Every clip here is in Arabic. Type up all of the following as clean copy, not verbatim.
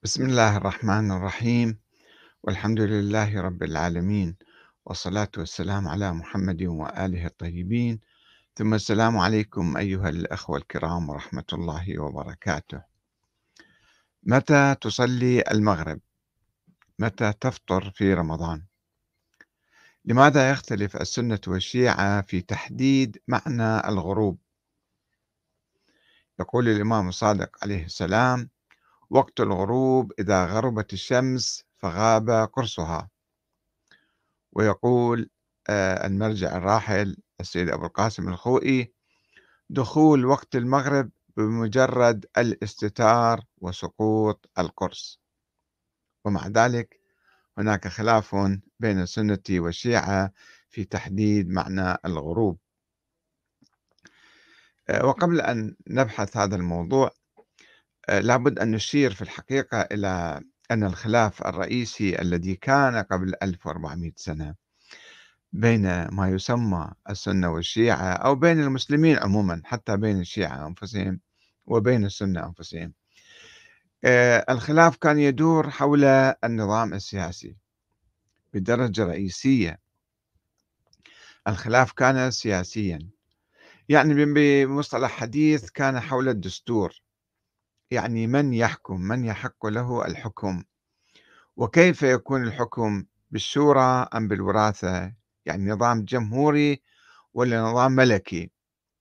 بسم الله الرحمن الرحيم، والحمد لله رب العالمين، والصلاة والسلام على محمد وآله الطيبين، ثم السلام عليكم أيها الأخوة الكرام ورحمة الله وبركاته. متى تصلي المغرب؟ متى تفطر في رمضان؟ لماذا يختلف السنة والشيعة في تحديد معنى الغروب؟ يقول الإمام الصادق عليه السلام: وقت الغروب إذا غربت الشمس فغاب قرصها. ويقول المرجع الراحل السيد أبو القاسم الخوئي: دخول وقت المغرب بمجرد الاستتار وسقوط القرص. ومع ذلك هناك خلاف بين السنة والشيعة في تحديد معنى الغروب. وقبل أن نبحث هذا الموضوع لابد أن نشير في الحقيقة إلى أن الخلاف الرئيسي الذي كان قبل 1400 سنة بين ما يسمى السنة والشيعة أو بين المسلمين عموما، حتى بين الشيعة أنفسهم وبين السنة أنفسهم، الخلاف كان يدور حول النظام السياسي بدرجة رئيسية. الخلاف كان سياسيا، يعني بمصطلح حديث كان حول الدستور، يعني من يحكم، من يحق له الحكم، وكيف يكون الحكم، بالشورى أم بالوراثة، يعني نظام جمهوري ولا نظام ملكي.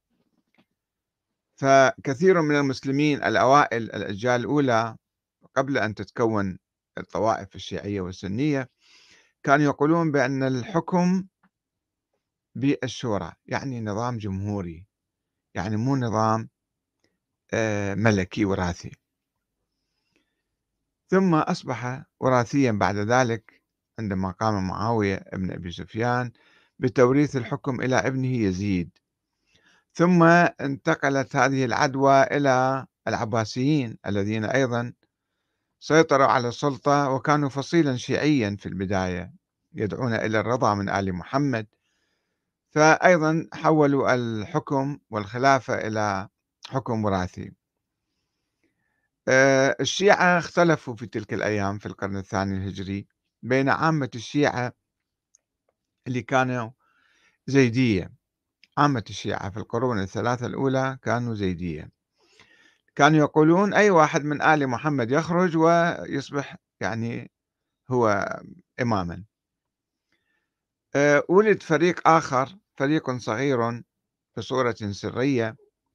فكثير من المسلمين الأوائل الأجيال الأولى قبل أن تتكون الطوائف الشيعية والسنية كانوا يقولون بأن الحكم بالشورى، يعني نظام جمهوري، يعني مو نظام ملكي وراثي. ثم أصبح وراثيا بعد ذلك عندما قام معاوية بن أبي سفيان بتوريث الحكم إلى ابنه يزيد. ثم انتقلت هذه العدوى إلى العباسيين الذين أيضا سيطروا على السلطة وكانوا فصيلا شيعيا في البداية يدعون إلى الرضا من آل محمد، فأيضا حولوا الحكم والخلافة إلى حكم وراثي. الشيعة اختلفوا في تلك الأيام في القرن الثاني الهجري بين عامة الشيعة اللي كانوا زيدية. عامة الشيعة في القرون الثلاثة الأولى كانوا زيدية، كانوا يقولون أي واحد من آل محمد يخرج ويصبح يعني هو إماما. ولد فريق آخر، فريق صغير بصورة سرية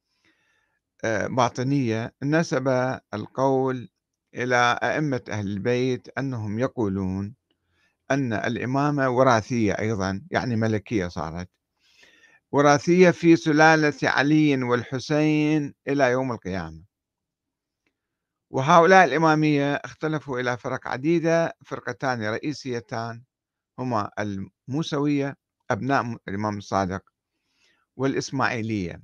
باطنية، نسب القول إلى أئمة أهل البيت أنهم يقولون أن الإمامة وراثية أيضا، يعني ملكية، صارت وراثية في سلالة علي والحسين إلى يوم القيامة. وهؤلاء الإمامية اختلفوا إلى فرق عديدة، فرقتان رئيسيتان هما الموسوية أبناء الإمام الصادق والإسماعيلية.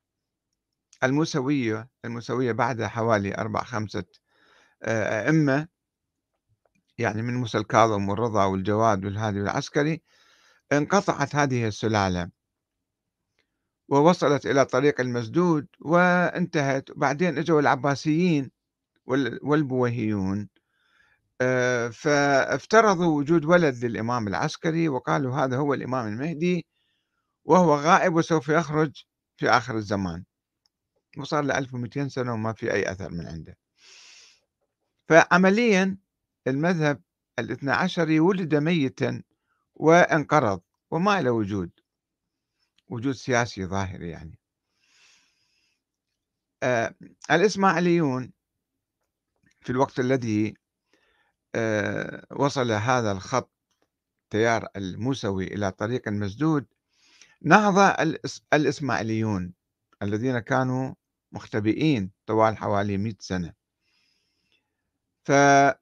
الموسوية بعد حوالي 4 5 أئمة، يعني من موسى الكاظم والرضا والجواد والهادي والعسكري، انقطعت هذه السلالة ووصلت إلى طريق المسدود وانتهت. بعدين اجوا العباسيين والبويهيون، فافترضوا وجود ولد للإمام العسكري وقالوا هذا هو الإمام المهدي وهو غائب وسوف يخرج في آخر الزمان، وصار له 1200 سنة وما في أي أثر من عنده. فعمليا المذهب الاثنى عشري ولد ميتا وانقرض وما له وجود سياسي ظاهري يعني. الإسماعيليون في الوقت الذي وصل هذا الخط، تيار الموسوي، إلى طريق مسدود، نهض الإسماعيليون الذين كانوا مختبئين طوال حوالي 100 سنة. فظهر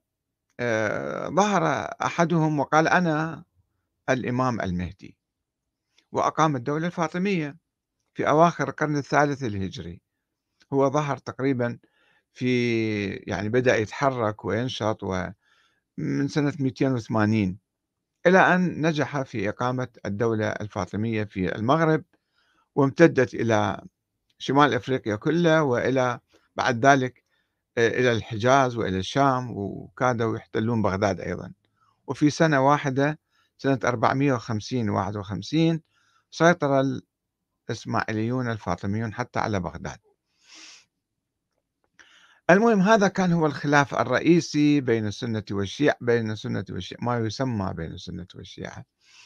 أحدهم وقال أنا الإمام المهدي، وأقام الدولة الفاطمية في أواخر القرن الثالث الهجري. هو ظهر تقريبا في، يعني بدأ يتحرك وينشط من سنة 280 إلى أن نجح في إقامة الدولة الفاطمية في المغرب، وامتدت إلى شمال أفريقيا كلها، وإلى بعد ذلك إلى الحجاز وإلى الشام، وكادوا يحتلون بغداد أيضا. وفي سنة واحدة، سنة 450 51، سيطر الإسماعيليون الفاطميون حتى على بغداد. المهم هذا كان هو الخلاف الرئيسي بين السنة والشيعة، ما يسمى بين السنة والشيعة،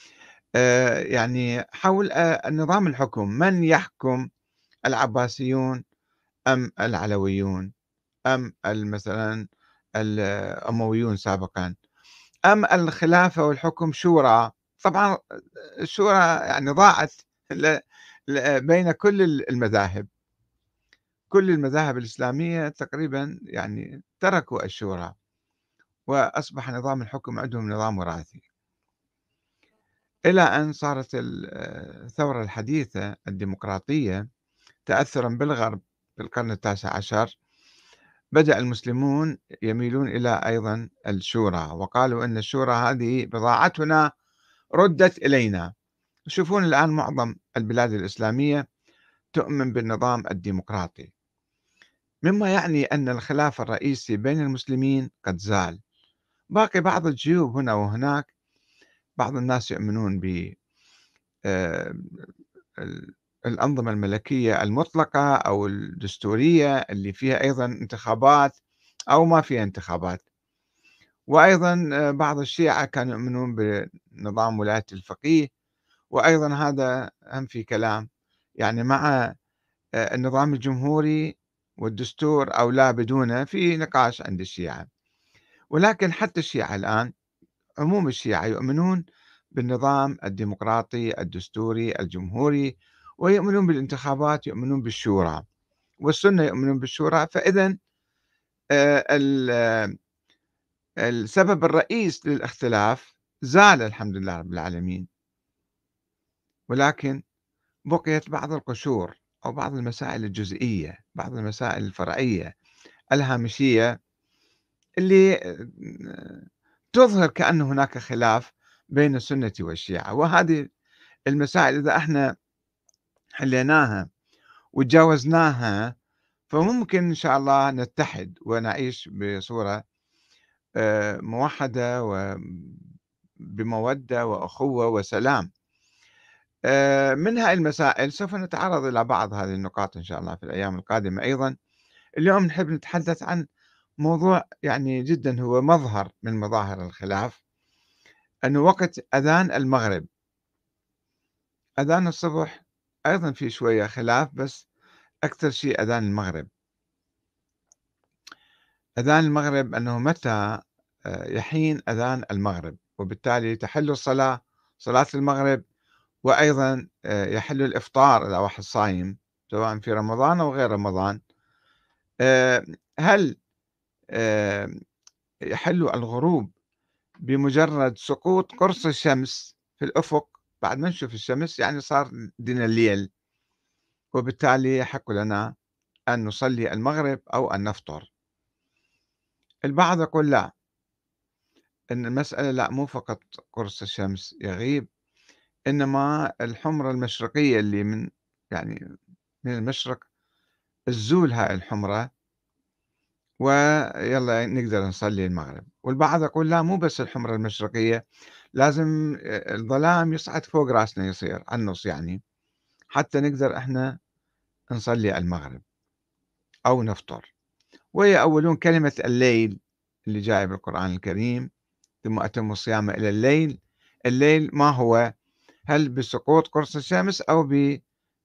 يعني حول نظام الحكم، من يحكم، العباسيون أم العلويون أم مثلا الأمويون سابقا، أم الخلافة والحكم شورى. طبعا الشورى يعني ضاعت بين كل المذاهب، كل المذاهب الإسلامية تقريبا يعني تركوا الشورى، وأصبح نظام الحكم عندهم نظام وراثي، إلى أن صارت الثورة الحديثة الديمقراطية تأثرا بالغرب في القرن التاسع عشر. بدأ المسلمون يميلون إلى أيضا الشورى، وقالوا أن الشورى هذه بضاعتنا ردت إلينا. تشوفون الآن معظم البلاد الإسلامية تؤمن بالنظام الديمقراطي، مما يعني أن الخلاف الرئيسي بين المسلمين قد زال. باقي بعض الجيوب هنا وهناك، بعض الناس يؤمنون ب آه، الأنظمة الملكية المطلقة أو الدستورية اللي فيها أيضا انتخابات أو ما فيها انتخابات. وأيضا بعض الشيعة كانوا يؤمنون بنظام ولاية الفقيه، وأيضا هذا هم في كلام، يعني مع النظام الجمهوري والدستور أو لا بدونه، في نقاش عند الشيعة. ولكن حتى الشيعة الآن، عموم الشيعة يؤمنون بالنظام الديمقراطي الدستوري الجمهوري، ويؤمنون بالانتخابات، يؤمنون بالشورى، والسنة يؤمنون بالشورى. فإذا السبب الرئيس للاختلاف زال الحمد لله رب العالمين، ولكن بقيت بعض القشور أو بعض المسائل الجزئية، بعض المسائل الفرعية الهامشية، اللي تظهر كأن هناك خلاف بين السنة والشيعة. وهذه المسائل إذا احنا حليناها وتجاوزناها، فممكن إن شاء الله نتحد ونعيش بصورة موحدة وبمودة وأخوة وسلام. من هاي المسائل سوف نتعرض إلى بعض هذه النقاط إن شاء الله في الأيام القادمة أيضا. اليوم نحب نتحدث عن موضوع يعني جدا هو مظهر من مظاهر الخلاف، أنه وقت أذان المغرب. أذان الصبح أيضا في شوية خلاف، بس أكثر شيء أذان المغرب. أذان المغرب أنه متى يحين أذان المغرب، وبالتالي تحل الصلاة، صلاة المغرب، وأيضا يحل الإفطار إذا واحد صايم، سواء في رمضان أو غير رمضان. هل يحل الغروب بمجرد سقوط قرص الشمس في الأفق؟ بعد ما نشوف الشمس يعني صار دين الليل، وبالتالي يحق لنا أن نصلي المغرب أو أن نفطر. البعض يقول لا، أن المسألة لا، مو فقط قرص الشمس يغيب، إنما الحمرة المشرقية اللي من، يعني من المشرق، الزول هاي الحمرة، ويلا نقدر نصلي المغرب. والبعض يقول لا، مو بس الحمرة المشرقية، لازم الظلام يصعد فوق راسنا، يصير على النص يعني، حتى نقدر احنا نصلي المغرب أو نفطر. ويأولون كلمة الليل اللي جاي بالقرآن الكريم، ثم أتم الصيام إلى الليل. الليل ما هو؟ هل بسقوط قرص الشمس أو ب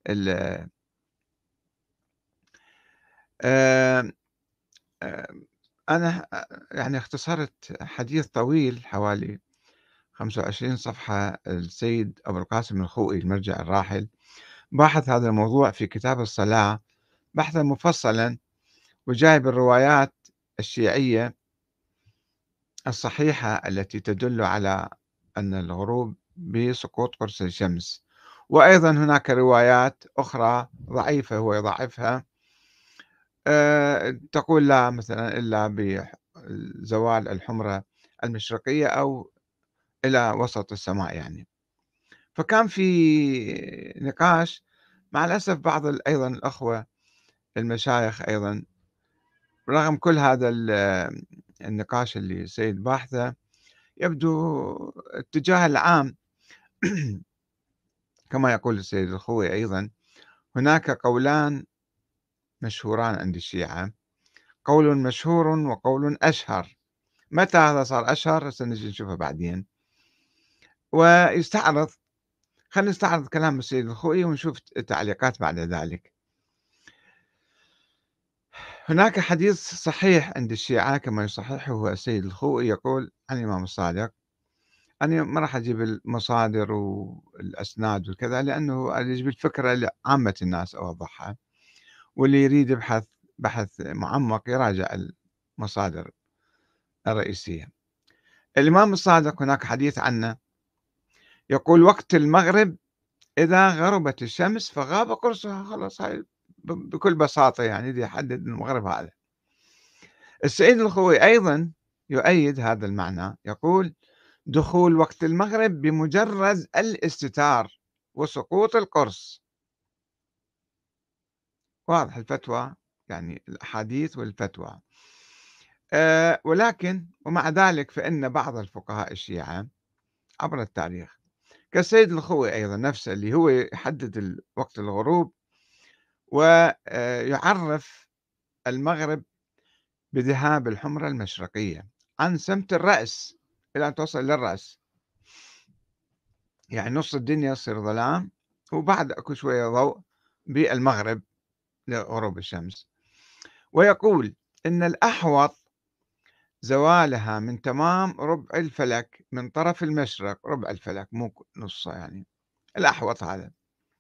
آه، آه، أنا يعني اختصرت حديث طويل حوالي 25 صفحة. السيد أبو القاسم الخوئي المرجع الراحل باحث هذا الموضوع في كتاب الصلاة بحثا مفصلا، وجايب الروايات الشيعية الصحيحة التي تدل على أن الغروب بسقوط قرص الشمس. وأيضا هناك روايات أخرى ضعيفة هو يضعفها، تقول لا مثلا إلا بزوال الحمرة المشرقية أو إلى وسط السماء يعني. فكان في نقاش، مع الأسف بعض أيضا الأخوة المشايخ أيضا رغم كل هذا النقاش اللي السيد باحثه، يبدو الاتجاه العام كما يقول السيد الخوئي أيضا: هناك قولان مشهوران عند الشيعة، قول مشهور وقول أشهر. متى هذا صار أشهر؟ سنجي نشوفه بعدين. ويستعرض، خلينا نستعرض كلام السيد الخوئي ونشوف التعليقات بعد ذلك. هناك حديث صحيح عند الشيعة كما يصححه السيد الخوئي، يقول عن الإمام الصادق. أنا ما راح أجيب المصادر والأسناد وكذا، لأنه أجيب الفكرة لعامة الناس أوضحها، واللي يريد يبحث بحث معمق يراجع المصادر الرئيسية. الإمام الصادق هناك حديث عنه، يقول: وقت المغرب إذا غربت الشمس فغاب قرصها. خلاص، هاي بكل بساطة يعني دي يحدد المغرب هذا. السيد الخوئي أيضا يؤيد هذا المعنى، يقول: دخول وقت المغرب بمجرد الاستتار وسقوط القرص. واضح الفتوى، يعني الأحاديث والفتوى. ولكن ومع ذلك فإن بعض الفقهاء الشيعة عبر التاريخ، كالسيد الخوئي أيضا نفسه اللي هو يحدد وقت الغروب ويعرف المغرب بذهاب الحمرة المشرقية عن سمت الرأس إلى أن توصل للرأس، يعني نص الدنيا يصير ظلام وبعد أكو شوية ضوء بالمغرب لغروب الشمس. ويقول إن الأحوط زوالها من تمام ربع الفلك من طرف المشرق، ربع الفلك مو نصه، يعني الأحوط هذا.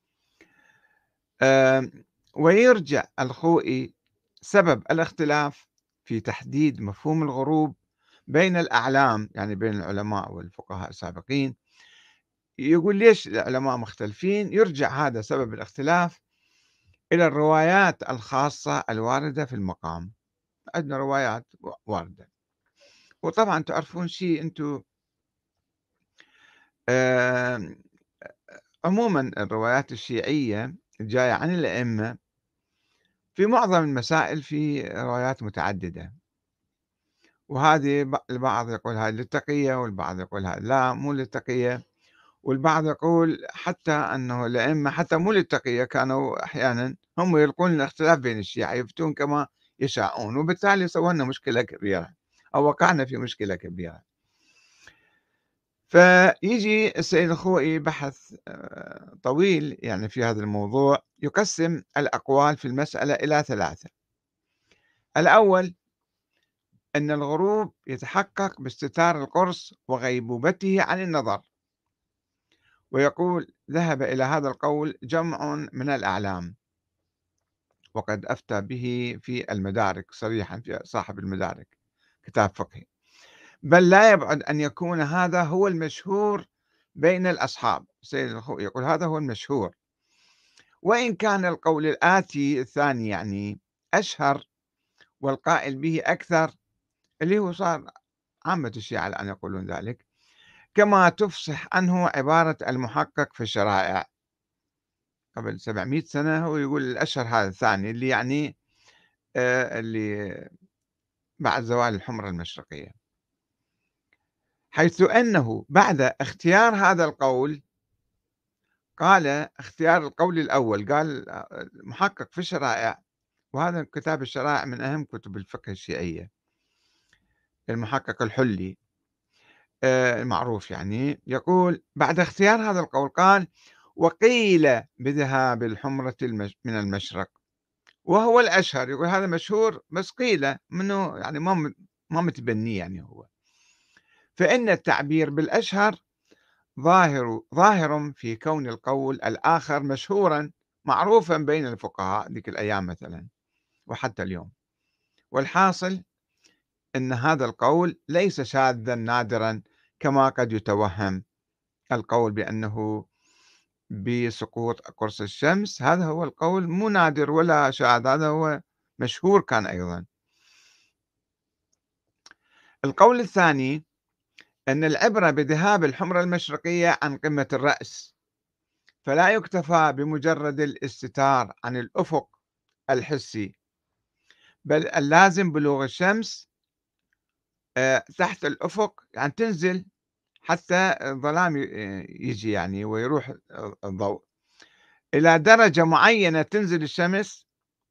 ويرجع الخوئي سبب الاختلاف في تحديد مفهوم الغروب بين الأعلام، يعني بين العلماء والفقهاء السابقين. يقول ليش العلماء مختلفين؟ يرجع هذا سبب الاختلاف إلى الروايات الخاصة الواردة في المقام. عندنا روايات واردة، وطبعا تعرفون شيء أنتم، عموما الروايات الشيعية الجاية عن الأئمة في معظم المسائل في روايات متعددة، وهذه البعض يقول هذه للتقية، والبعض يقول هذا لا مو للتقية، والبعض يقول حتى أنه الأئمة حتى مو للتقية كانوا أحيانا هم يلقون الاختلاف بين الشيعة، يفتون كما يشاءون، وبالتالي سووا لنا مشكلة كبيرة أو وقعنا في مشكلة كبيرة. فيجي السيد الخوئي بحث طويل يعني في هذا الموضوع، يقسم الأقوال في المسألة إلى ثلاثة. الأول أن الغروب يتحقق باستتار القرص وغيبوبته عن النظر، ويقول: ذهب إلى هذا القول جمع من الأعلام، وقد أفتى به في المدارك صريحا، في صاحب المدارك كتاب فقهي، بل لا يبعد أن يكون هذا هو المشهور بين الأصحاب. سيد الخوئي يقول هذا هو المشهور، وإن كان القول الآتي الثاني يعني أشهر والقائل به أكثر، اللي هو صار عامة الشيعة الآن يقولون ذلك، كما تفصح عنه عبارة المحقق في الشرائع قبل 700 سنة. هو يقول الأشهر هذا الثاني اللي يعني اللي بعد زوال الحمرة المشرقية، حيث أنه بعد اختيار هذا القول قال اختيار القول الأول، قال المحقق في الشرائع، وهذا كتاب الشرائع من أهم كتب الفقه الشيعية، المحقق الحلي المعروف، يعني يقول بعد اختيار هذا القول قال: وقيل بذهاب الحمرة من المشرق، وهو الأشهر. يقول هذا مشهور بس قيل منه، يعني ما متبنيه يعني هو. فإن التعبير بالأشهر ظاهر في كون القول الآخر مشهورا معروفا بين الفقهاء ذيك الأيام مثلا وحتى اليوم. والحاصل أن هذا القول ليس شاذا نادرا كما قد يتوهم. القول بأنه بسقوط قرص الشمس هذا هو القول، مو نادر ولا شاذ، هذا هو مشهور كان أيضا. القول الثاني أن العبرة بذهاب الحمرة المشرقية عن قمة الرأس، فلا يكتفى بمجرد الاستتار عن الأفق الحسي، بل اللازم بلوغ الشمس تحت الأفق، يعني تنزل حتى الظلام ييجي يعني ويروح الضوء، إلى درجة معينة تنزل الشمس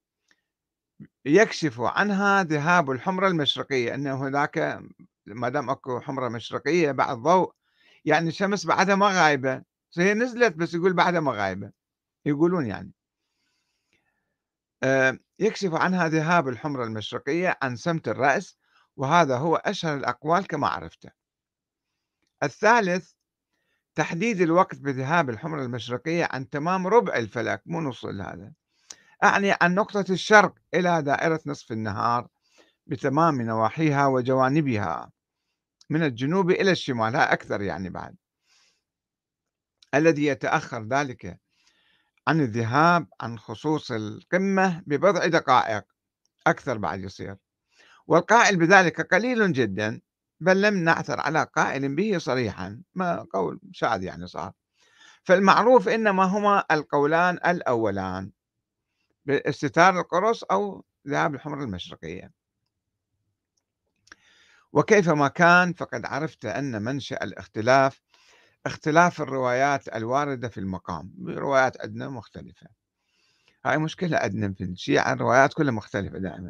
يكشف عنها ذهاب الحمرة المشرقية، أنه هناك ما دام أكو حمرة مشرقية بعد ضوء، يعني الشمس بعدها ما غايبة، هي نزلت بس يقول بعدها ما غايبة، يقولون يعني يكشف عنها ذهاب الحمرة المشرقية عن سمت الرأس، وهذا هو أشهر الأقوال كما عرفته. الثالث تحديد الوقت بذهاب الحمرة المشرقية عن تمام ربع الفلك، مو نص هذا، أعني عن نقطة الشرق إلى دائرة نصف النهار بتمام نواحيها وجوانبها من الجنوب إلى الشمال، ها أكثر يعني بعد، الذي يتأخر ذلك عن الذهاب عن خصوص القمة ببضع دقائق، أكثر بعد يصير، والقائل بذلك قليل جدا، بل لم نعثر على قائل به صريحا، ما قول شاذ يعني صار. فالمعروف إنما هما القولان الأولان باستتار القرص أو ذهاب الحمر المشرقية. وكيفما كان فقد عرفت أن منشأ الاختلاف اختلاف الروايات الواردة في المقام، روايات عندنا مختلفة، هاي مشكلة عندنا في الشيعة، الروايات كلها مختلفة دائما.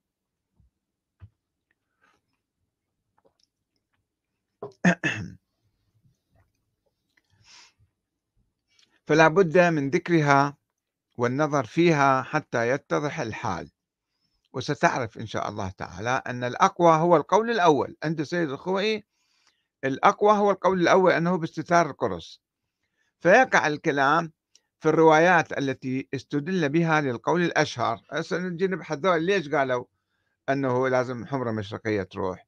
فلا بد من ذكرها والنظر فيها حتى يتضح الحال، وستعرف إن شاء الله تعالى أن الأقوى هو القول الأول عند سيد الخوئي، الأقوى هو القول الأول أنه باستتار القرص، فيقع الكلام في الروايات التي استدل بها للقول الأشهر. هسه نجي نبحث ذول ليش قالوا أنه لازم حمرة مشرقية تروح،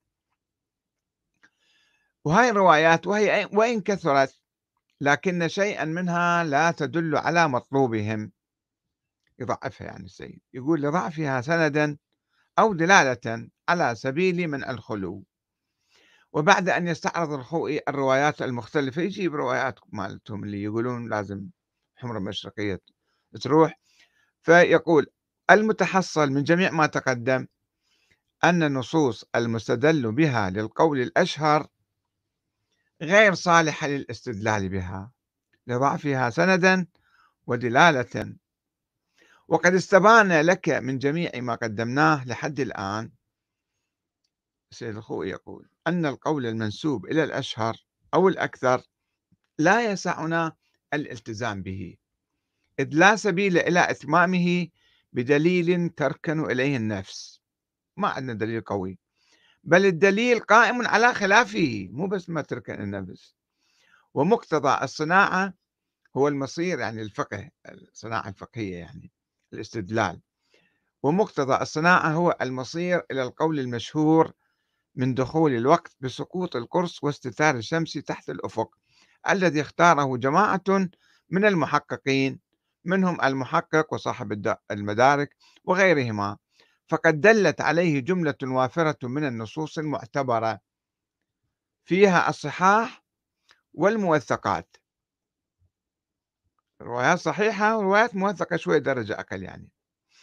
وهاي الروايات وإن كثرت لكن شيئا منها لا تدل على مطلوبهم، يضعفها يعني السيد، يقول لضعفها سندا أو دلالة على سبيل من الخلو. وبعد أن يستعرض الخوئي الروايات المختلفة يجيب روايات مالتهم اللي يقولون لازم حمرة مشرقية تروح، فيقول المتحصل من جميع ما تقدم أن النصوص المستدل بها للقول الأشهر غير صالحة للاستدلال بها لضعفها سندا ودلالة. وقد استبان لك من جميع ما قدمناه لحد الآن، سيد الخوئي يقول أن القول المنسوب إلى الأشهر أو الأكثر لا يسعنا الالتزام به، إذ لا سبيل إلى إتمامه بدليل تركن إليه النفس، ما عندنا دليل قوي، بل الدليل قائم على خلافه، مو بس ما تركن النفس. ومقتضى الصناعة هو المصير، يعني الفقه، الصناعة الفقهية يعني الاستدلال، ومقتضى الصناعة هو المصير إلى القول المشهور من دخول الوقت بسقوط القرص واستتار الشمس تحت الأفق، الذي اختاره جماعة من المحققين، منهم المحقق وصاحب المدارك وغيرهما، فقد دلت عليه جملة وافرة من النصوص المعتبرة فيها الصحاح والموثقات، روايات صحيحة وروايات موثقة شوية درجة أقل يعني.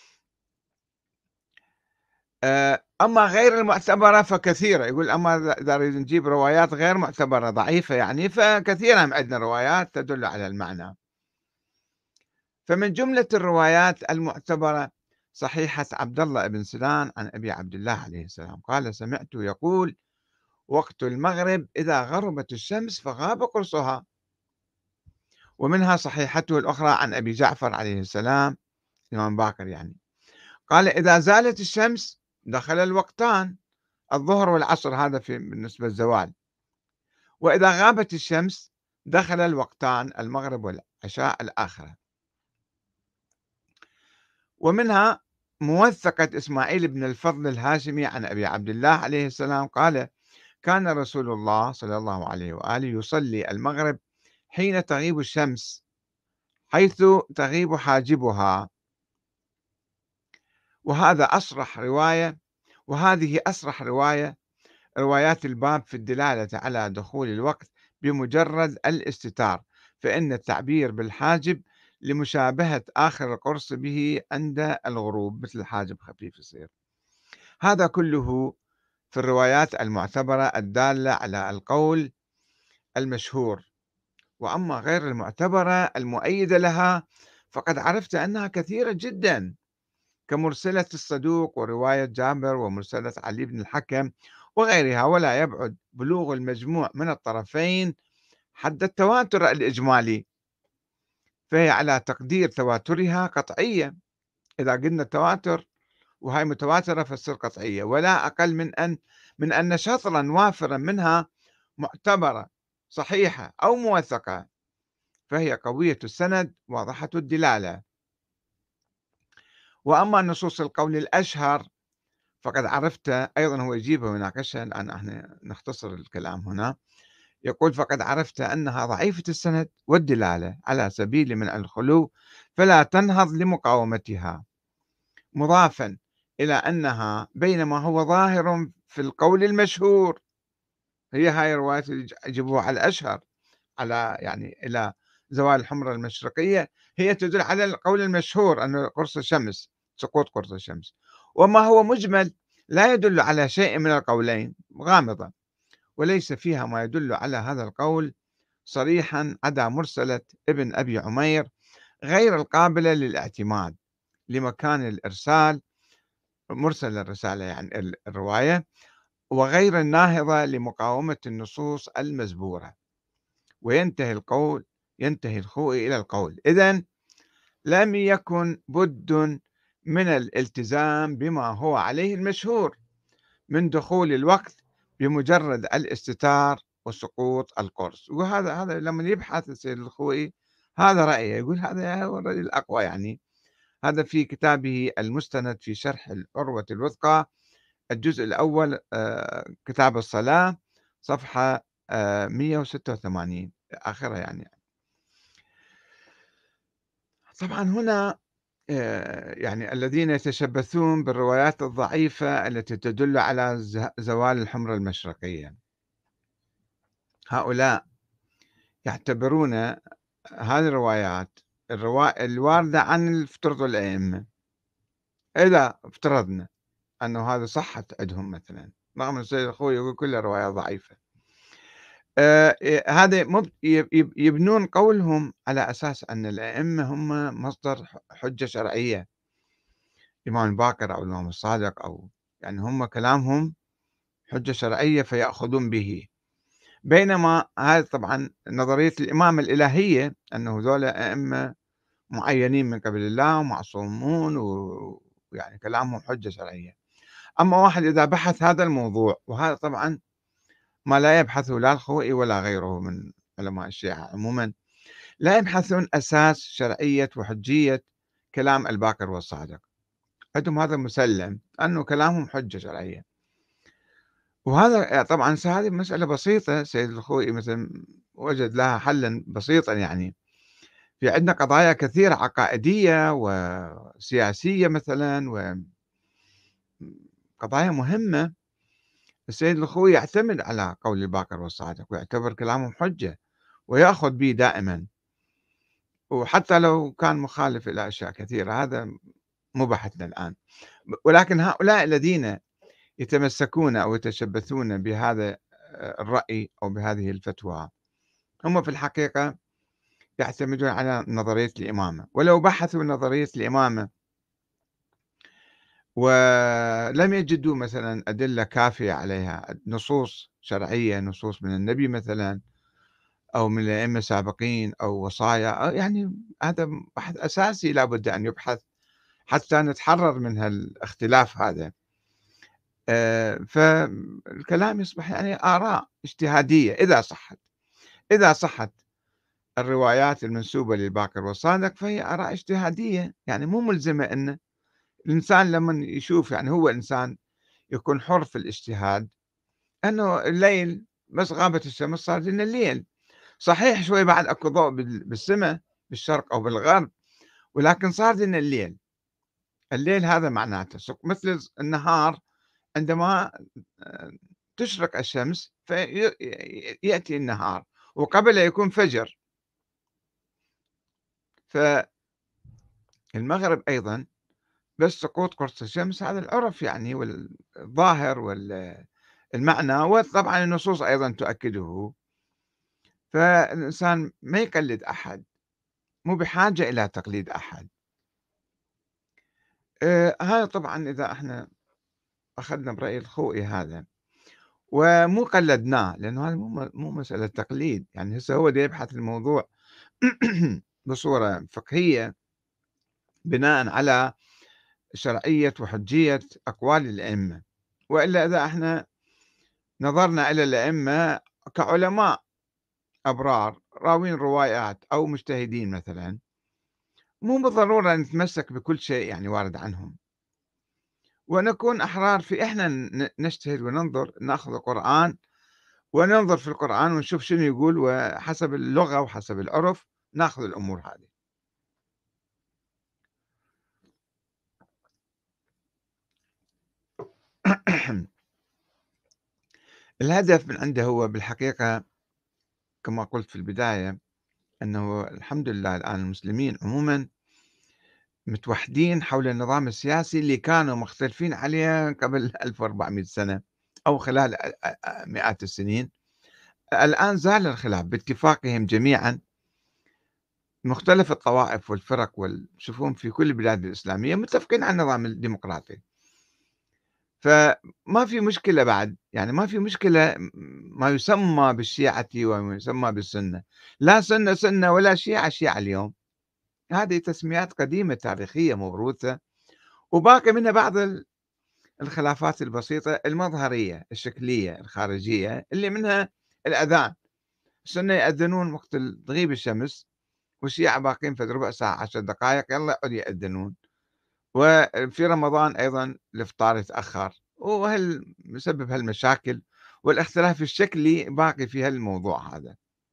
أما غير المعتبرة فكثيرة، يقول أما إذا نريد نجيب روايات غير معتبرة ضعيفة يعني فكثيرا عندنا روايات تدل على المعنى. فمن جملة الروايات المعتبرة صحيحة عبد الله بن سنان عن أبي عبد الله عليه السلام قال سمعت يقول وقت المغرب إذا غربت الشمس فغاب قرصها. ومنها صحيحته الأخرى عن أبي جعفر عليه السلام الإمام باكر يعني قال إذا زالت الشمس دخل الوقتان الظهر والعصر، هذا في بالنسبة للزوال، وإذا غابت الشمس دخل الوقتان المغرب والعشاء الآخرة. ومنها موثقة إسماعيل بن الفضل الهاشمي عن أبي عبد الله عليه السلام قال كان رسول الله صلى الله عليه وآله يصلي المغرب حين تغيب الشمس حيث تغيب حاجبها، وهذا أصرح رواية، وهذه أصرح روايات الباب في الدلالة على دخول الوقت بمجرد الاستتار، فإن التعبير بالحاجب لمشابهة آخر القرص به عند الغروب، مثل الحاجب خفيف يصير. هذا كله في الروايات المعتبرة الدالة على القول المشهور. وأما غير المعتبرة المؤيدة لها فقد عرفت أنها كثيرة جدا، كمرسلة الصدوق ورواية جابر ومرسلة علي بن الحكم وغيرها، ولا يبعد بلوغ المجموع من الطرفين حد التواتر الإجمالي، فهي على تقدير تواترها قطعية. إذا قلنا تواتر وهي متواترة فتصير قطعية، ولا أقل من أن شطرا وافرا منها معتبرة صحيحة أو موثقة، فهي قوية السند واضحة الدلالة. وأما نصوص القول الأشهر فقد عرفت أيضا، هو يجيبها ويناقشها، الآن احنا نختصر الكلام هنا. يقول: فقد عرفت أنها ضعيفة السند والدلالة على سبيل من الخلو، فلا تنهض لمقاومتها، مضافا إلى أنها بينما هو ظاهر في القول المشهور، هي هاي الرواية اللي يجيبوها على الأشهر، على يعني إلى زوال الحمرة المشرقية، هي تدل على القول المشهور أن قرص الشمس، سقوط قرص الشمس، وما هو مجمل لا يدل على شيء من القولين، غامضة، وليس فيها ما يدل على هذا القول صريحا عدا مرسلة ابن أبي عمير غير القابلة للاعتماد لمكان الإرسال، مرسل الرسالة يعني الرواية، وغير الناهضة لمقاومة النصوص المزبورة. وينتهي القول، ينتهي الخوئي إلى القول: إذن لم يكن بد من الالتزام بما هو عليه المشهور من دخول الوقت بمجرد الاستتار وسقوط القرص. وهذا لما يبحث السيد الخوئي هذا رأيه، يقول هذا هو الرأي الأقوى يعني. هذا في كتابه المستند في شرح العروة الوثقى، الجزء الأول، كتاب الصلاة، صفحة 186 آخرها يعني. طبعا هنا يعني الذين يتشبثون بالروايات الضعيفة التي تدل على زوال الحمرة المشرقية، هؤلاء يعتبرون هذه الروايات الواردة عن افترضوا الأئمة، إذا افترضنا أنه هذا صحت عندهم مثلا، رغم السيد الخوي يقول كلها روايات ضعيفة، هذا يبنون قولهم على أساس أن الأئمة هم مصدر حجة شرعية، الإمام الباقر أو الإمام الصادق، أو يعني هم كلامهم حجة شرعية فيأخذون به. بينما هذا طبعا نظرية الإمامة الإلهية، أنه ذولا أئمة معينين من قبل الله ومعصومون ويعني كلامهم حجة شرعية. أما واحد إذا بحث هذا الموضوع، وهذا طبعا ما لا يبحثه لا الخوئي ولا غيره من علماء الشيعة عموما، لا يبحثون أساس شرعية وحجية كلام الباقر والصادق، عندهم هذا مسلم أنه كلامهم حجة شرعية. وهذا طبعا هذه مسألة بسيطة، سيد الخوئي مثلا وجد لها حلا بسيطا يعني. في عندنا قضايا كثيرة عقائدية وسياسية مثلا، وقضايا مهمة، السيد الخوئي يعتمد على قول الباقر والصادق ويعتبر كلامهم حجة ويأخذ به دائما، وحتى لو كان مخالف إلى أشياء كثيرة، هذا مو بحثنا الآن. ولكن هؤلاء الذين يتمسكون أو يتشبثون بهذا الرأي أو بهذه الفتوى هم في الحقيقة يعتمدون على نظرية الإمامة، ولو بحثوا نظرية الإمامة ولم يجدوا مثلا أدلة كافية عليها، نصوص شرعية، نصوص من النبي مثلا أو من الأئمة السابقين أو وصايا، أو يعني هذا بحث أساسي لابد أن يبحث حتى نتحرر من الاختلاف هذا. فالكلام يصبح يعني آراء اجتهادية إذا صحت الروايات المنسوبة للباقر والصادق فهي آراء اجتهادية، يعني مو ملزمة أن الإنسان لما يشوف، يعني هو إنسان يكون حر في الاجتهاد، أنه الليل بس غابت الشمس صار لنا الليل، صحيح شوي بعد أكو ضوء بالسماء بالشرق أو بالغرب، ولكن صار لنا الليل. الليل هذا معناته مثل النهار، عندما تشرق الشمس فيأتي النهار وقبل يكون فجر. فالمغرب أيضا بس سقوط قرص الشمس، هذا العرف يعني الظاهر المعنى، وطبعا النصوص أيضا تؤكده. فالإنسان ما يقلد أحد، مو بحاجة إلى تقليد أحد. هذا طبعا إذا احنا أخذنا برأي الخوئي هذا ومو قلدناه، لأنه هذا مو مسألة تقليد. يعني هسه هو دا يبحث الموضوع بصورة فقهية بناء على شرعية وحجية أقوال الأئمة. وإلا إذا احنا نظرنا إلى الأئمة كعلماء أبرار راوين روايات أو مجتهدين مثلا، مو بالضرورة نتمسك بكل شيء يعني وارد عنهم، ونكون أحرار في إحنا نجتهد وننظر، نأخذ القرآن وننظر في القرآن ونشوف شنو يقول، وحسب اللغة وحسب العرف ناخذ الأمور هذه. الهدف من عنده هو بالحقيقة كما قلت في البداية أنه الحمد لله الآن المسلمين عموما متوحدين حول النظام السياسي اللي كانوا مختلفين عليه قبل 1400 سنة أو خلال مئات السنين. الآن زال الخلاف باتفاقهم جميعا، مختلف الطوائف والفرق تشوفون في كل البلاد الإسلامية متفقين على النظام الديمقراطي. فما في مشكلة بعد، يعني ما في مشكلة ما يسمى بالشيعة وما يسمى بالسنة، لا سنة سنة ولا شيعة شيعة اليوم. هذه تسميات قديمة تاريخية موروثة، وباقي منها بعض الخلافات البسيطة المظهرية الشكلية الخارجية اللي منها الأذان. السنة يأذنون وقت تغيب الشمس، والشيعة باقين في ربع ساعة 10 دقائق يلا يقعدوا يأذنون. وفي رمضان أيضا الإفطار يتأخر، وهل مسبب هالمشاكل والاختلاف الشكلي باقي في هالموضوع هذا.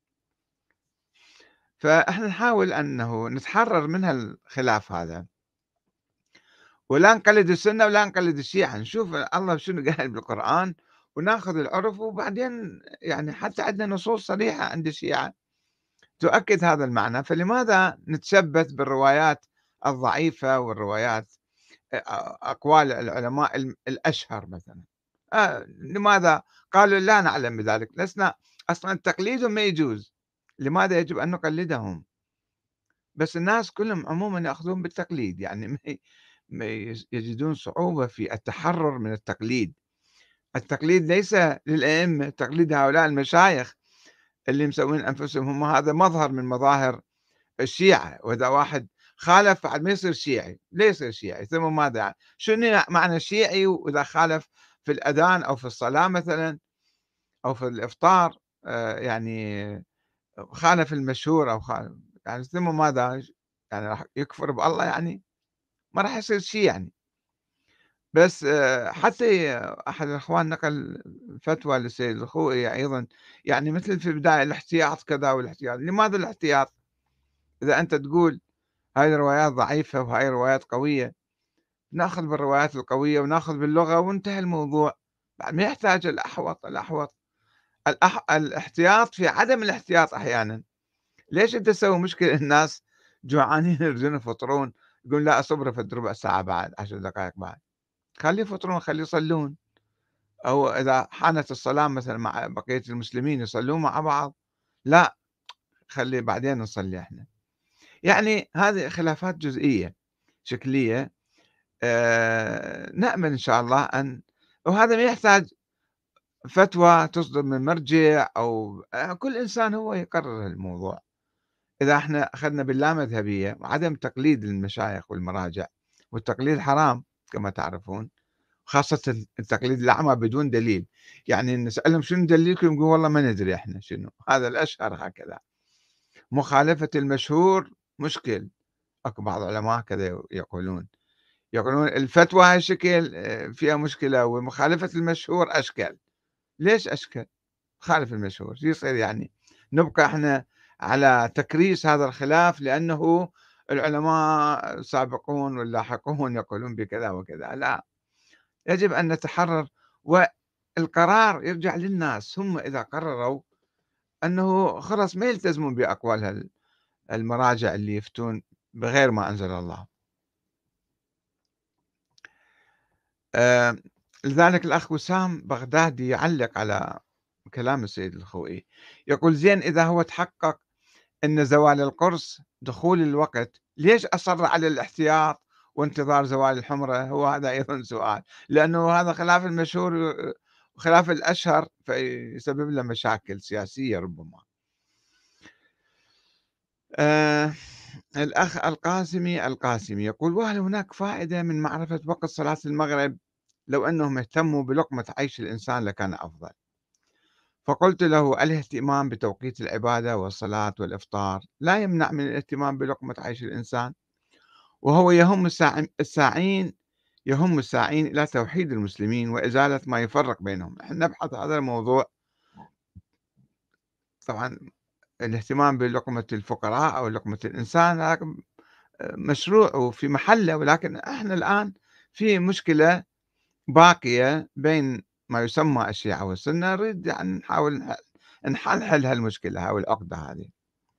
فإحنا نحاول أنه نتحرر من هالخلاف هذا، ولا نقلد السنة ولا نقلد الشيعة، نشوف الله شنو قال بالقرآن وناخذ العرف، وبعدين يعني حتى عندنا نصوص صريحة عند الشيعة تؤكد هذا المعنى. فلماذا نتشبث بالروايات الضعيفة والروايات أقوال العلماء الأشهر مثلا؟ لماذا قالوا لا نعلم بذلك؟ لسنا أصلا تقليدهم ما يجوز، لماذا يجب أن نقلدهم؟ بس الناس كلهم عموما يأخذون بالتقليد، يعني يجدون صعوبة في التحرر من التقليد. التقليد ليس للأئمة، تقليد هؤلاء المشايخ اللي مسوين أنفسهم هم هذا مظهر من مظاهر الشيعة. وإذا واحد خالف بعد ما يصير شيعي، ليه يصير شيعي؟ ثم ماذا يعني؟ شنو معنى الشيعي؟ وإذا خالف في الأذان أو في الصلاة مثلا أو في الإفطار، يعني خالف المشهور أو خالف، يعني ثم ماذا؟ يعني راح يكفر بالله؟ يعني ما راح يصير شيء يعني. بس حتى أحد الإخوان نقل فتوى للسيد الخوئي أيضا، يعني مثل في البداية الاحتياط كذا والاحتياط. لماذا الاحتياط؟ إذا أنت تقول هاي الروايات ضعيفة وهاي الروايات قوية، ناخذ بالروايات القوية وناخذ باللغة وانتهى الموضوع. بعد ما يحتاج الأحوط الاحتياط في عدم الاحتياط أحيانا. ليش أنت تسوي مشكلة الناس جوعانين يريدون يفطرون، يقول لا أصبر في ربع ساعة بعد 10 دقائق بعد، خليه يفطرون خليه يصلون. أو إذا حانت الصلاة مثلا مع بقية المسلمين يصلون مع بعض، لا خلي بعدين نصلي احنا. يعني هذه خلافات جزئية شكلية. نأمل إن شاء الله وهذا ما يحتاج فتوى تصدر من مرجع أو كل إنسان هو يقرر الموضوع. إذا إحنا أخذنا باللامذهبية وعدم تقليد المشايخ والمراجع، والتقليد حرام كما تعرفون، خاصة التقليد الأعمى بدون دليل. يعني نسألهم شنو دليلكم؟ يقول والله ما ندري إحنا شنو، هذا الأشهر هكذا. مخالفة المشهور مشكل، أكو بعض العلماء كذا يقولون الفتوى هالشكل فيها مشكلة، ومخالفة المشهور أشكل. ليش أشكل؟ خالف المشهور شو يصير يعني؟ نبقى إحنا على تكريس هذا الخلاف لأنه العلماء السابقون واللاحقون يقولون بكذا وكذا؟ لا، يجب أن نتحرر، والقرار يرجع للناس. هم إذا قرروا أنه خلاص ما يلتزمون بأقوال المراجع اللي يفتون بغير ما أنزل الله. آه، لذلك الأخ وسام بغدادي يعلق على كلام السيد الخوئي، يقول: زين إذا هو تحقق أن زوال القرص دخول الوقت، ليش أصر على الاحتياط وانتظار زوال الحمرة؟ هو هذا أيضا سؤال، لأنه هذا خلاف المشهور وخلاف الأشهر، فيسبب له مشاكل سياسية ربما. آه الأخ القاسمي يقول: وهل هناك فائدة من معرفة وقت صلاة المغرب؟ لو أنهم اهتموا بلقمة عيش الإنسان لكان أفضل. فقلت له: الاهتمام بتوقيت العبادة والصلاة والإفطار لا يمنع من الاهتمام بلقمة عيش الإنسان، وهو يهم الساعين إلى توحيد المسلمين وإزالة ما يفرق بينهم. نحن نبحث هذا الموضوع. طبعا الاهتمام بلقمة الفقراء أو لقمة الإنسان هذا مشروع وفي محله، ولكن احنا الآن في مشكلة باقية بين ما يسمى الشيعة والسنة، نريد يعني نحاول نحل هالمشكلة أو العقدة هذه.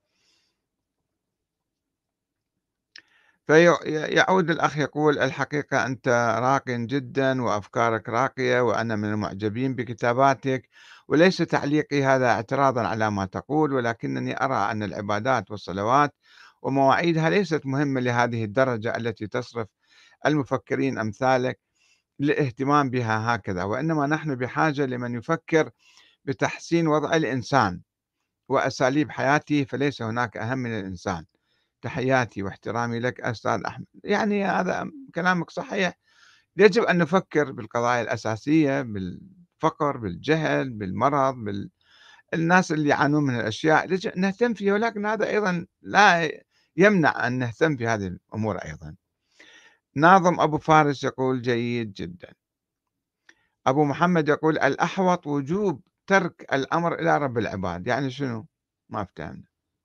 فيعود الأخ يقول: الحقيقة أنت راق جدا وأفكارك راقية، وأنا من المعجبين بكتاباتك، وليس تعليقي هذا اعتراضا على ما تقول، ولكنني أرى أن العبادات والصلوات ومواعيدها ليست مهمة لهذه الدرجة التي تصرف المفكرين أمثالك للاهتمام بها هكذا، وإنما نحن بحاجة لمن يفكر بتحسين وضع الإنسان وأساليب حياته، فليس هناك أهم من الإنسان. تحياتي واحترامي لك أستاذ أحمد. يعني هذا كلامك صحيح، يجب أن نفكر بالقضايا الأساسية، بالفقر، بالجهل، بالمرض، الناس اللي يعانون من الأشياء يجب نهتم فيها، ولكن هذا أيضا لا يمنع أن نهتم في هذه الأمور أيضا. ناظم أبو فارس يقول: جيد جدا. أبو محمد يقول: الأحوط وجوب ترك الأمر إلى رب العباد. يعني شنو؟ ما فهمنا.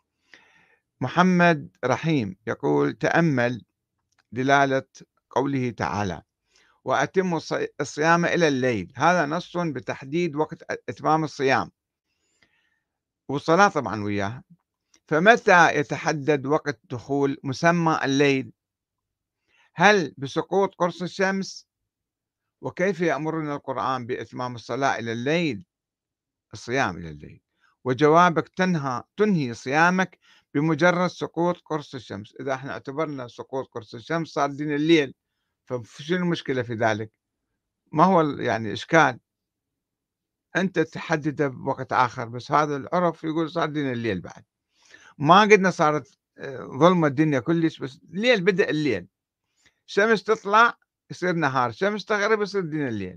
محمد رحيم يقول: تأمل دلالة قوله تعالى: وأتموا الصيام إلى الليل، هذا نص بتحديد وقت إتمام الصيام والصلاة طبعا وياها. فمتى يتحدد وقت دخول مسمى الليل؟ هل بسقوط قرص الشمس؟ وكيف يأمرنا القرآن بإتمام الصلاة إلى الليل، الصيام إلى الليل؟ وجوابك: تنهي صيامك بمجرد سقوط قرص الشمس. إذا احنا اعتبرنا سقوط قرص الشمس صار دين الليل، فشنو المشكلة في ذلك؟ ما هو يعني إشكال؟ أنت تحدده بوقت آخر، بس هذا العرف يقول صار دين الليل بعد. ما قلنا صارت ظلمة الدنيا كلش، بس الليل بدأ الليل، شمس تطلع يصير نهار، شمس تغرب يصير دين الليل.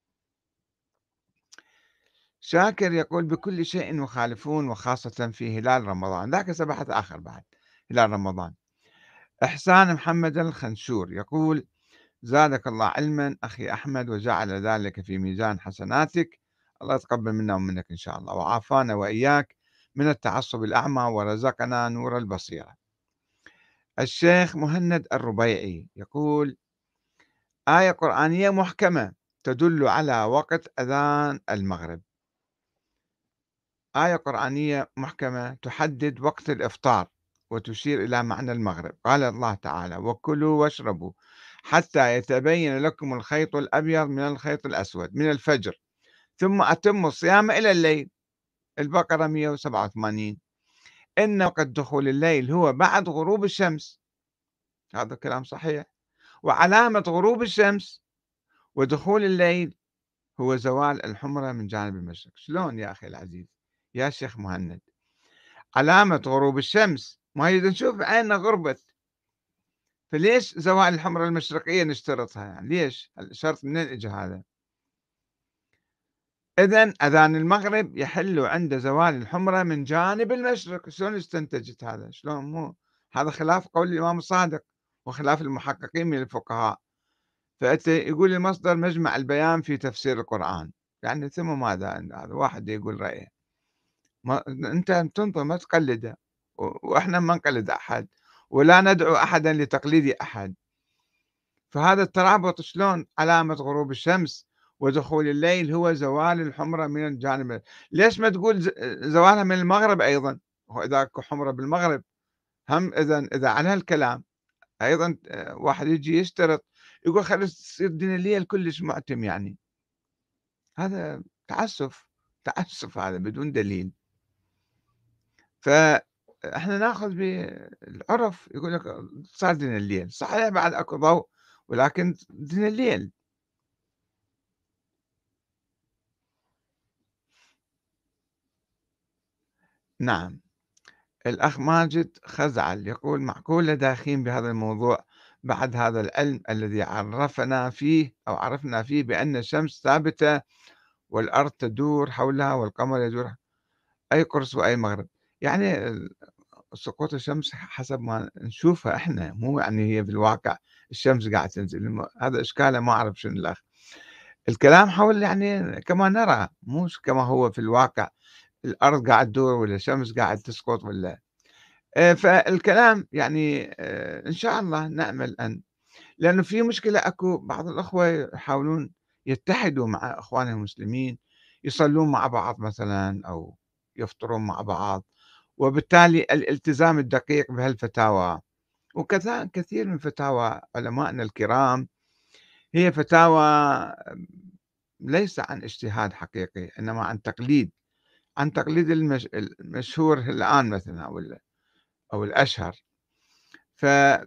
شاكر يقول: بكل شيء مخالفون، وخاصة في هلال رمضان. ذاك بحث آخر بعد هلال رمضان. إحسان محمد الخنشور يقول: زادك الله علما أخي أحمد، وجعل ذلك في ميزان حسناتك. الله يتقبل منا ومنك إن شاء الله، وعافانا وإياك من التعصب الأعمى، ورزقنا نور البصيرة. الشيخ مهند الربيعي يقول: آية قرآنية محكمة تدل على وقت أذان المغرب. آية قرآنية محكمة تحدد وقت الإفطار وتشير إلى معنى المغرب. قال الله تعالى: وكلوا واشربوا حتى يتبين لكم الخيط الأبيض من الخيط الأسود من الفجر ثم أتموا الصيام إلى الليل. البقرة 187. إن وقت دخول الليل هو بعد غروب الشمس. هذا كلام صحيح. وعلامة غروب الشمس ودخول الليل هو زوال الحمرة من جانب المشرق. شلون يا أخي العزيز يا شيخ مهند؟ علامة غروب الشمس ما هي نشوف بعيننا غربت، فليش زوال الحمرة المشرقية نشترطها؟ يعني ليش الشرط منين اجى هذا؟ إذن أذان المغرب يحل عند زوال الحمرة من جانب المشرق. شلون استنتجت هذا؟ شلون؟ مو هذا خلاف قول الإمام الصادق وخلاف المحققين من الفقهاء. فأنت يقول المصدر مجمع البيان في تفسير القرآن، يعني ثم ماذا؟ هذا واحد يقول رأيه، ما أنت تنظر ما تقلده، وإحنا ما نقلد أحد ولا ندعو أحدا لتقليد أحد. فهذا الترابط شلون؟ علامة غروب الشمس ودخول الليل هو زوال الحمرة من الجانب. ليش ما تقول زوالها من المغرب أيضا؟ وإذا أكو حمرة بالمغرب هم، إذا على هالكلام أيضا واحد يجي يشترط يقول خلي تصير دين الليل كلش معتم يعني. هذا تعسُّف، تعسُّف هذا بدون دليل. فإحنا ناخذ بالعُرف يقول لك صار دين الليل، صحيح بعد أكو ضوء ولكن دين الليل. نعم. الأخ ماجد خزعل يقول: معقولة داخين بهذا الموضوع بعد هذا العلم الذي عرفنا فيه أو عرفنا فيه بأن الشمس ثابتة والأرض تدور حولها والقمر يدور أي قرص وأي مغرب. يعني سقوط الشمس حسب ما نشوفها إحنا، مو يعني هي في الواقع الشمس قاعدة تنزل. هذا إشكاله، ما أعرف شنو الأخ. الكلام حول يعني كما نرى، مو كما هو في الواقع، الأرض قاعدة تدور والّا الشمس قاعدة تسقط والّا فالكلام يعني إن شاء الله نأمل أن، لأنه في مشكلة، أكو بعض الأخوة يحاولون يتحدوا مع إخوانهم المسلمين، يصلون مع بعض مثلًا أو يفطرون مع بعض، وبالتالي الالتزام الدقيق بهالفتاوى كثير من فتاوى علمائنا الكرام هي فتاوى ليس عن اجتهاد حقيقي، إنما عن تقليد، عن تقليد المشهور الآن مثلًا أو الأشهر. فما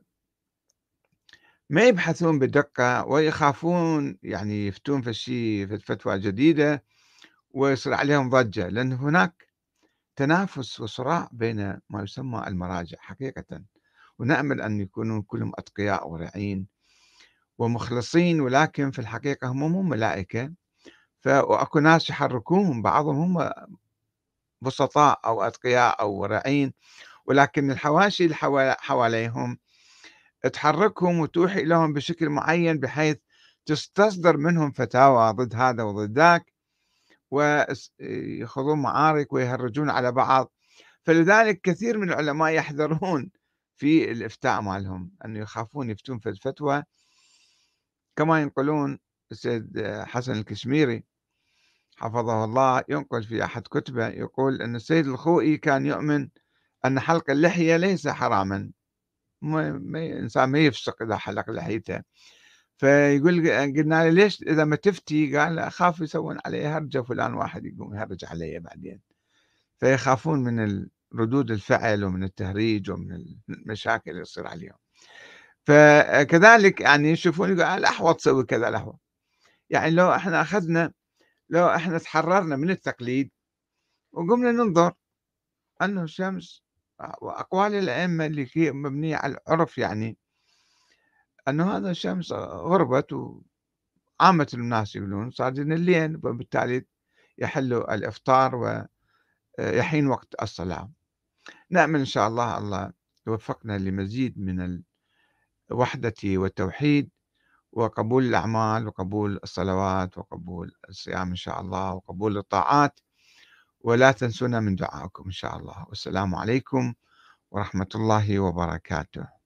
يبحثون بدقة ويخافون يعني يفتون في الشيء، في فتوى جديدة ويصير عليهم ضجة، لأن هناك تنافس وصراع بين ما يسمى المراجع حقيقة. ونأمل أن يكونوا كلهم أتقياء ورعين ومخلصين، ولكن في الحقيقة هم مو ملائكة. وأكو ناس يحركوهم، بعضهم هم بسطاء أو أتقياء أو ورعين، ولكن الحواشي اللي حواليهم تحركهم وتوحي لهم بشكل معين بحيث تستصدر منهم فتاوى ضد هذا وضد ذاك، ويخوضون معارك ويهرجون على بعض. فلذلك كثير من العلماء يحذرون في الإفتاء مالهم، أنه يخافون يفتون في الفتوى. كما ينقلون السيد حسن الكشميري حفظه الله ينقل في أحد كتبه يقول أن السيد الخوئي كان يؤمن أن حلق اللحية ليس حراما، إنسان ما يفسق إذا حلق لحيته. فيقول قلنا له: ليش إذا ما تفتي؟ قال: أخاف يسوون علي هرجة، فلان واحد يقوم يهرج علي بعدين. فيخافون من ردود الفعل ومن التهريج ومن المشاكل اللي تصير عليهم. فكذلك يعني يشوفون يقول الأحوط تسوي كذا، الأحوط. يعني لو احنا تحررنا من التقليد وقمنا ننظر أنه الشمس وأقوال الأئمة اللي هي مبنية على العرف، يعني أنه هذا الشمس غربت وعامة الناس يقولون صار دين الليل، وبالتالي يحل الإفطار ويحين وقت الصلاة. نأمل إن شاء الله الله يوفقنا لمزيد من الوحدة والتوحيد وقبول الأعمال وقبول الصلوات وقبول الصيام إن شاء الله وقبول الطاعات. ولا تنسونا من دعائكم إن شاء الله. والسلام عليكم ورحمة الله وبركاته.